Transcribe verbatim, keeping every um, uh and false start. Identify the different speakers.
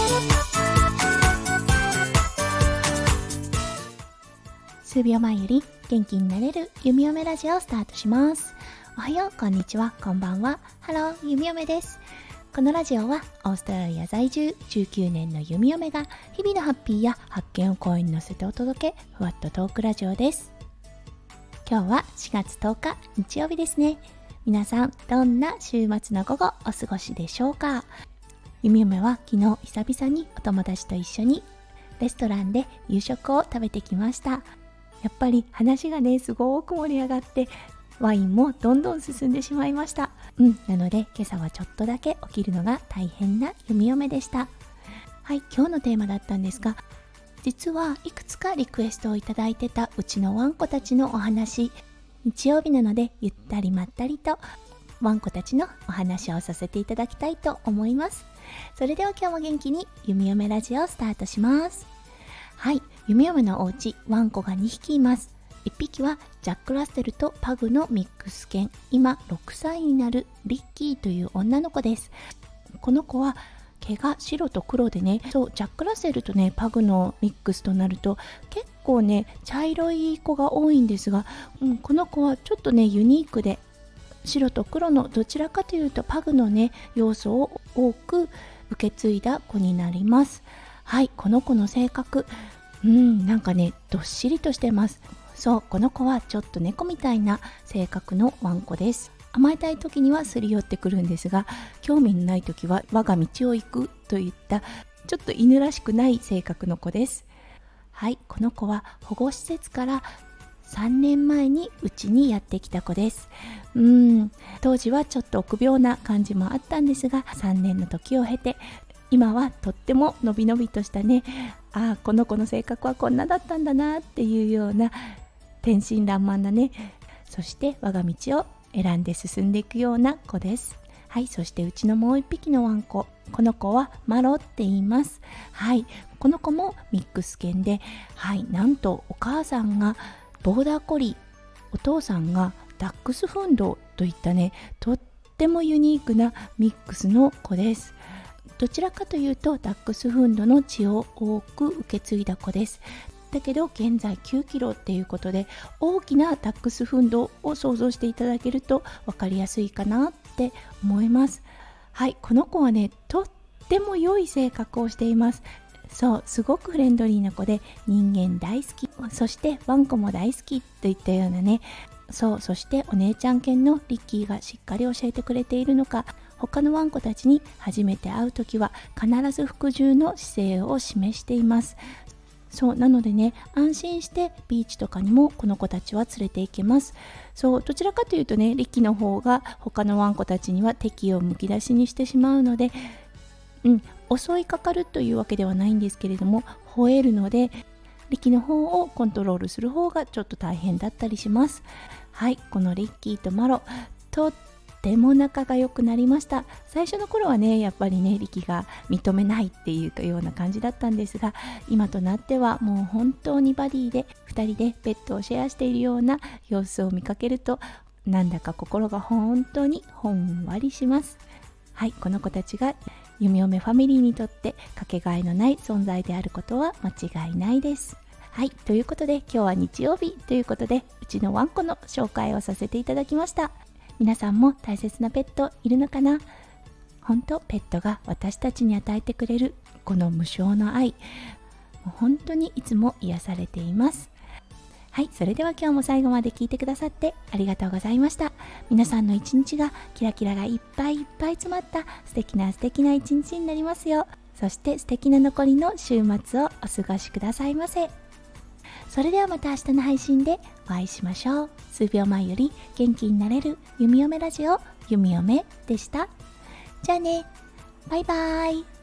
Speaker 1: 数秒前より元気になれる弓嫁ラジオをスタートします。おはよう、こんにちは、こんばんは。ハロー、弓嫁です。このラジオはオーストラリア在住じゅうきゅうねんの弓嫁が日々のハッピーや発見を声に乗せてお届け、ふわっとトークラジオです。今日はしがつとおか日曜日ですね。皆さんどんな週末の午後お過ごしでしょうか。弓嫁は昨日久々にお友達と一緒にレストランで夕食を食べてきました。やっぱり話がねすごく盛り上がってワインもどんどん進んでしまいました。うんなので今朝はちょっとだけ起きるのが大変な弓嫁でした。はい、今日のテーマだったんですが、実はいくつかリクエストをいただいてたうちのワンコたちのお話、日曜日なのでゆったりまったりとワンコたちのお話をさせていただきたいと思います。それでは今日も元気に弓嫁ラジオをスタートします。はい、弓嫁のお家、ワンコがにひきいます。いっぴきはジャックラッセルとパグのミックス犬、今ろくさいになるリッキーという女の子です。この子は毛が白と黒でね、そうジャックラッセルとねパグのミックスとなると結構ね茶色い子が多いんですが、うん、この子はちょっとねユニークで白と黒のどちらかというとパグのね要素を多く受け継いだ子になります。はい、この子の性格、うんなんかねどっしりとしてます。そうこの子はちょっと猫みたいな性格のワンコです。甘えたい時にはすり寄ってくるんですが、興味のない時は我が道を行くといったちょっと犬らしくない性格の子です。はい、この子は保護施設からさんねんまえにうちにやってきた子です。うーん当時はちょっと臆病な感じもあったんですが、さんねんの時を経て今はとってものびのびとしたね、ああこの子の性格はこんなだったんだなっていうような天真爛漫なね、そして我が道を選んで進んでいくような子です。はい、そしてうちのもう一匹のワンコ、この子はマロって言います。はい、この子もミックス犬で、はい、なんとお母さんがボーダーコリー、お父さんがダックスフンドといったねとってもユニークなミックスの子です。どちらかというとダックスフンドの血を多く受け継いだ子です。だけど現在きゅうキロっていうことで大きなダックスフンドを想像していただけると分かりやすいかなって思います。はい、この子はねとっても良い性格をしています。そうすごくフレンドリーな子で人間大好き、そしてワンコも大好きといったようなね、そうそしてお姉ちゃん犬のリッキーがしっかり教えてくれているのか、他のワンコたちに初めて会うときは必ず服従の姿勢を示しています。そうなのでね安心してビーチとかにもこの子たちは連れて行けます。そうどちらかというとねリッキーの方が他のワンコたちには敵をむき出しにしてしまうので、うん襲いかかるというわけではないんですけれども吠えるのでリッキーの方をコントロールする方がちょっと大変だったりします。はい、このリッキーとマロととても仲が良くなりました。最初の頃はねやっぱりねリキが認めないっていうような感じだったんですが、今となってはもう本当にバディでふたりでベッドをシェアしているような様子を見かけるとなんだか心が本当にほんわりします。はい、この子たちが弓嫁ファミリーにとってかけがえのない存在であることは間違いないです。はい、ということで今日は日曜日ということでうちのワンコの紹介をさせていただきました。皆さんも大切なペットいるのかな。本当ペットが私たちに与えてくれるこの無償の愛、もう本当にいつも癒されています。はい、それでは今日も最後まで聞いてくださってありがとうございました。皆さんの一日がキラキラがいっぱいいっぱい詰まった素敵な素敵な一日になりますよう。そして素敵な残りの週末をお過ごしくださいませ。それではまた明日の配信でお会いしましょう。数秒前より元気になれる弓嫁ラジオ、弓嫁でした。じゃあね、バイバイ。